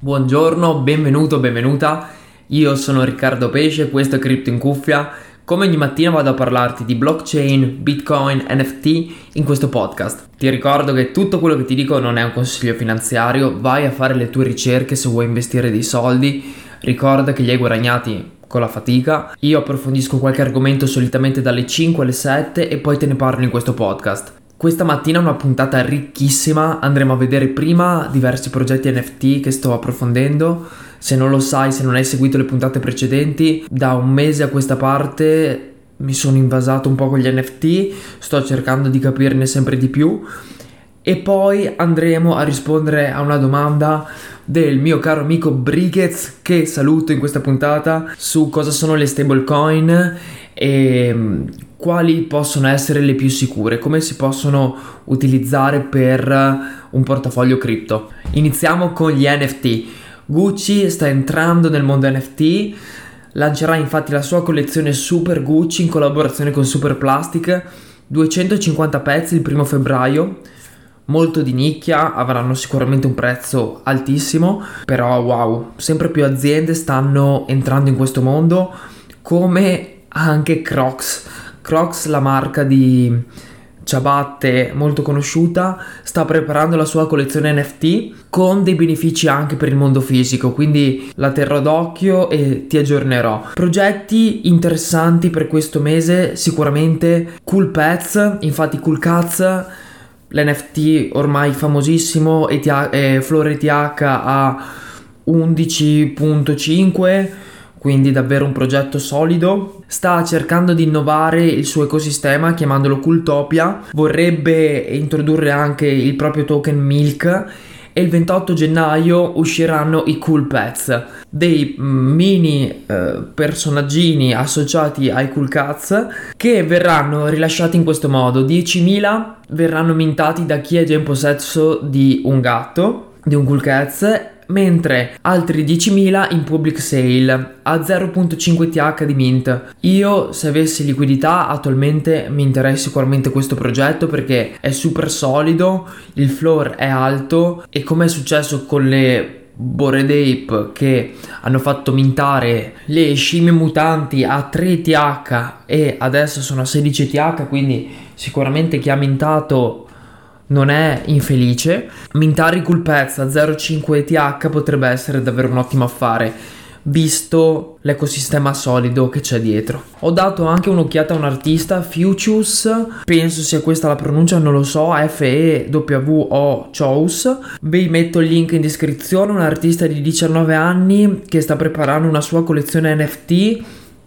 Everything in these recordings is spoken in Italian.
Buongiorno, benvenuto, benvenuta. Io sono Riccardo Pesce, questo è Cripto in Cuffia. Come ogni mattina vado a parlarti di blockchain, bitcoin, NFT in questo podcast. Ti ricordo che tutto quello che ti dico non è un consiglio finanziario, vai a fare le tue ricerche se vuoi investire dei soldi. Ricorda che li hai guadagnati con la fatica. Io approfondisco qualche argomento solitamente dalle 5 alle 7 e poi te ne parlo in questo podcast. Questa mattina è una puntata ricchissima, andremo a vedere prima diversi progetti NFT che sto approfondendo. Se non lo sai, se non hai seguito le puntate precedenti, da un mese a questa parte mi sono invasato un po' con gli NFT, sto cercando di capirne sempre di più e poi andremo a rispondere a una domanda del mio caro amico Brighez, che saluto in questa puntata, su cosa sono le stablecoin e quali possono essere le più sicure, come si possono utilizzare per un portafoglio cripto. Iniziamo con gli NFT. Gucci sta entrando nel mondo NFT, lancerà infatti la sua collezione Super Gucci in collaborazione con Super Plastic, 250 pezzi il 1 febbraio, molto di nicchia, avranno sicuramente un prezzo altissimo, però wow, sempre più aziende stanno entrando in questo mondo, come anche Crocs, la marca di ciabatte molto conosciuta, sta preparando la sua collezione NFT con dei benefici anche per il mondo fisico, quindi la terrò d'occhio e ti aggiornerò. Progetti interessanti per questo mese sicuramente Cool Pets, infatti Cool Cats, l'NFT ormai famosissimo, Floor ETH a 11.5, quindi davvero un progetto solido. Sta cercando di innovare il suo ecosistema chiamandolo Cooltopia, vorrebbe introdurre anche il proprio token Milk e il 28 gennaio usciranno i Cool Pets, dei mini personaggini associati ai Cool Cats che verranno rilasciati in questo modo. 10.000 verranno mintati da chi è già in possesso di un gatto, di un Cool Cats, mentre altri 10.000 in public sale a 0.5 TH di mint. Io, se avessi liquidità, attualmente minterei sicuramente questo progetto perché è super solido, il floor è alto e come è successo con le Bored Ape che hanno fatto mintare le scimmie mutanti a 3 TH e adesso sono a 16 TH, quindi sicuramente chi ha mintato non è infelice. Mintare i Cool Pets a 0.5 TH potrebbe essere davvero un ottimo affare, visto l'ecosistema solido che c'è dietro. Ho dato anche un'occhiata a un artista, Fuchus, penso sia questa la pronuncia, non lo so, FEWO Chous. Vi metto il link in descrizione, un artista di 19 anni che sta preparando una sua collezione NFT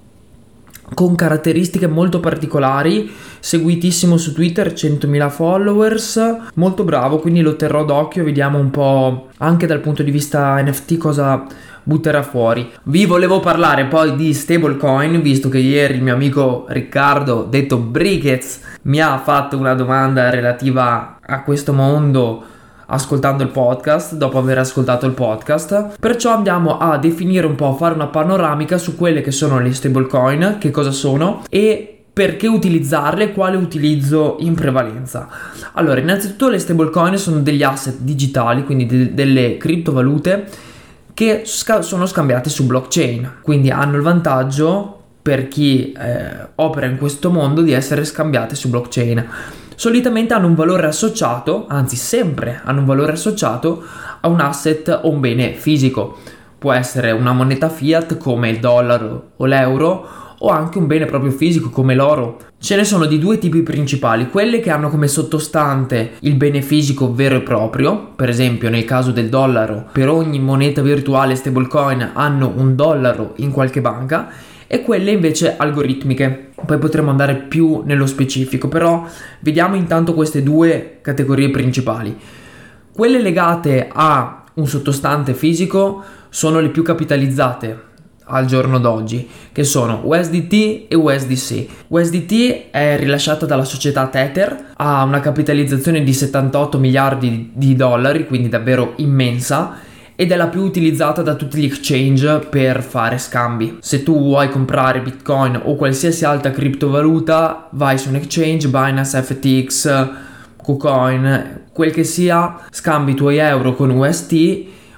con caratteristiche molto particolari, seguitissimo su Twitter, 100.000 followers, molto bravo, quindi lo terrò d'occhio, vediamo un po' anche dal punto di vista NFT cosa butterà fuori. Vi volevo parlare poi di stablecoin, visto che ieri il mio amico Riccardo, detto Brighez, mi ha fatto una domanda relativa a questo mondo ascoltando il podcast, dopo aver ascoltato il podcast. Perciò andiamo a definire un po', fare una panoramica su quelle che sono le stablecoin, che cosa sono e perché utilizzarle, quale utilizzo in prevalenza. Allora, innanzitutto le stablecoin sono degli asset digitali, quindi delle criptovalute che sono scambiate su blockchain, quindi hanno il vantaggio per chi opera in questo mondo di essere scambiate su blockchain. Solitamente hanno un valore associato, anzi sempre hanno un valore associato a un asset o un bene fisico. Può essere una moneta fiat come il dollaro o l'euro o anche un bene proprio fisico come l'oro. Ce ne sono di due tipi principali, quelle che hanno come sottostante il bene fisico vero e proprio, per esempio nel caso del dollaro, per ogni moneta virtuale stablecoin hanno un dollaro in qualche banca, e quelle invece algoritmiche. Poi potremo andare più nello specifico, però vediamo intanto queste due categorie principali. Quelle legate a un sottostante fisico sono le più capitalizzate al giorno d'oggi, che sono USDT e USDC. USDT è rilasciata dalla società Tether, ha una capitalizzazione di 78 miliardi di dollari, quindi davvero immensa, ed è la più utilizzata da tutti gli exchange per fare scambi. Se tu vuoi comprare Bitcoin o qualsiasi altra criptovaluta, vai su un exchange, Binance, FTX, KuCoin, quel che sia, scambi i tuoi euro con UST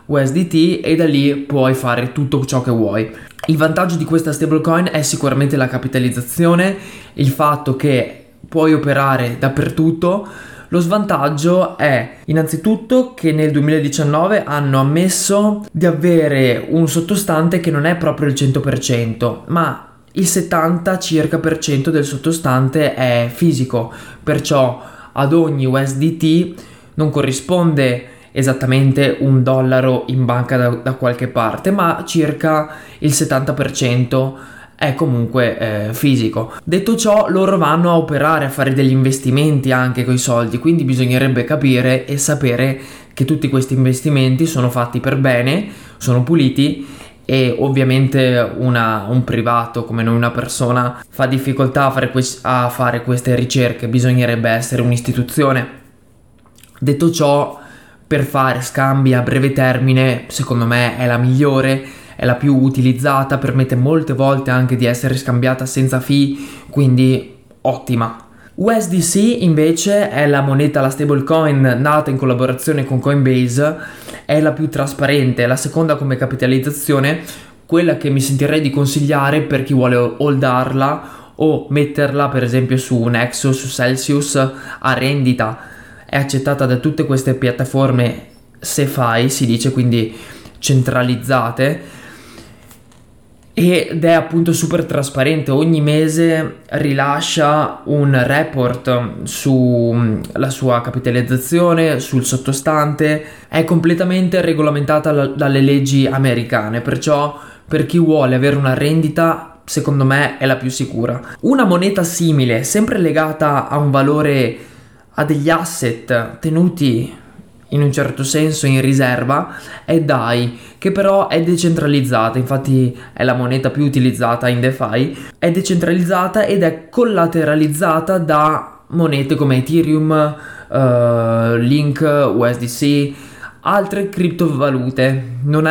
USDT e da lì puoi fare tutto ciò che vuoi. Il vantaggio di questa stablecoin è sicuramente la capitalizzazione, il fatto che puoi operare dappertutto. Lo svantaggio è innanzitutto che nel 2019 hanno ammesso di avere un sottostante che non è proprio il 100%, ma il 70 circa per cento del sottostante è fisico, perciò ad ogni USDT non corrisponde esattamente $1 in banca da qualche parte, ma circa il 70% è comunque fisico. Detto ciò, loro vanno a operare, a fare degli investimenti anche con i soldi, quindi bisognerebbe capire e sapere che tutti questi investimenti sono fatti per bene, sono puliti, e ovviamente un privato come noi, una persona, fa difficoltà a fare queste ricerche, bisognerebbe essere un'istituzione. Detto ciò, per fare scambi a breve termine, secondo me è la migliore, è la più utilizzata, permette molte volte anche di essere scambiata senza fee, quindi ottima. USDC invece è la moneta, la stablecoin nata in collaborazione con Coinbase, è la più trasparente, la seconda come capitalizzazione, quella che mi sentirei di consigliare per chi vuole holdarla o metterla per esempio su Nexo, su Celsius a rendita. È accettata da tutte queste piattaforme CeFi, si dice, quindi centralizzate, ed è appunto super trasparente. Ogni mese rilascia un report sulla sua capitalizzazione, sul sottostante, è completamente regolamentata dalle leggi americane, perciò per chi vuole avere una rendita secondo me è la più sicura. Una moneta simile, sempre legata a un valore, a degli asset tenuti in un certo senso in riserva, è DAI, che però è decentralizzata, infatti è la moneta più utilizzata in DeFi, è decentralizzata ed è collateralizzata da monete come Ethereum, Link, USDC, altre criptovalute. Non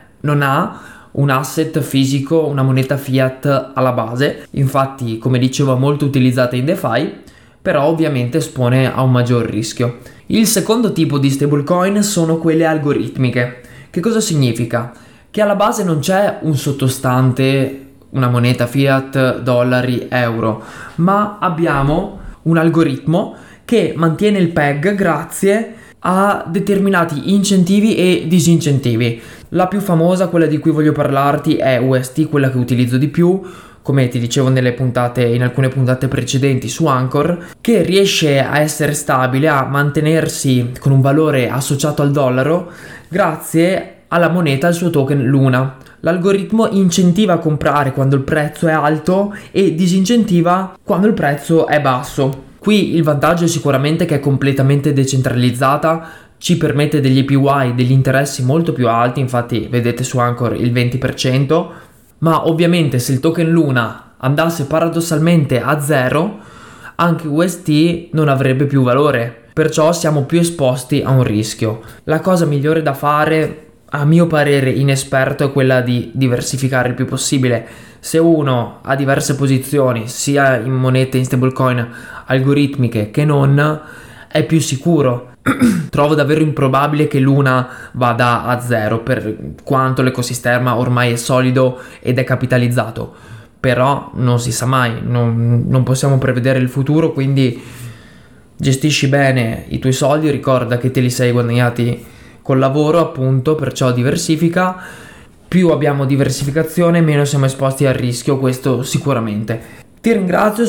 ha un asset fisico, una moneta fiat alla base, infatti come dicevo è molto utilizzata in DeFi, però ovviamente espone a un maggior rischio. Il secondo tipo di stablecoin sono quelle algoritmiche. Che cosa significa? Che alla base non c'è un sottostante, una moneta fiat, dollari, euro, ma abbiamo un algoritmo che mantiene il peg grazie a determinati incentivi e disincentivi. La più famosa, quella di cui voglio parlarti, è UST, quella che utilizzo di più, come ti dicevo in alcune puntate precedenti su Anchor, che riesce a essere stabile, a mantenersi con un valore associato al dollaro grazie alla moneta, al suo token Luna. L'algoritmo incentiva a comprare quando il prezzo è alto e disincentiva quando il prezzo è basso. Qui il vantaggio è sicuramente che è completamente decentralizzata, ci permette degli APY, degli interessi molto più alti, infatti vedete su Anchor il 20%, ma ovviamente se il token Luna andasse paradossalmente a zero, anche UST non avrebbe più valore, perciò siamo più esposti a un rischio. La cosa migliore da fare, a mio parere inesperto, è quella di diversificare il più possibile. Se uno ha diverse posizioni, sia in monete, in stablecoin algoritmiche che non, è più sicuro. Trovo davvero improbabile che Luna vada a zero, per quanto l'ecosistema ormai è solido ed è capitalizzato, però non si sa mai, non possiamo prevedere il futuro, quindi gestisci bene i tuoi soldi, ricorda che te li sei guadagnati col lavoro appunto, perciò diversifica. Più abbiamo diversificazione, meno siamo esposti al rischio, questo sicuramente. Ti ringrazio,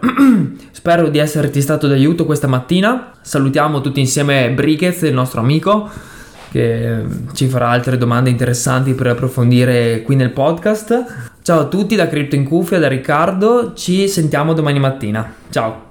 spero di esserti stato d'aiuto questa mattina. Salutiamo tutti insieme Briquez, il nostro amico, che ci farà altre domande interessanti per approfondire qui nel podcast. Ciao a tutti da Crypto in Cuffia, da Riccardo, ci sentiamo domani mattina. Ciao!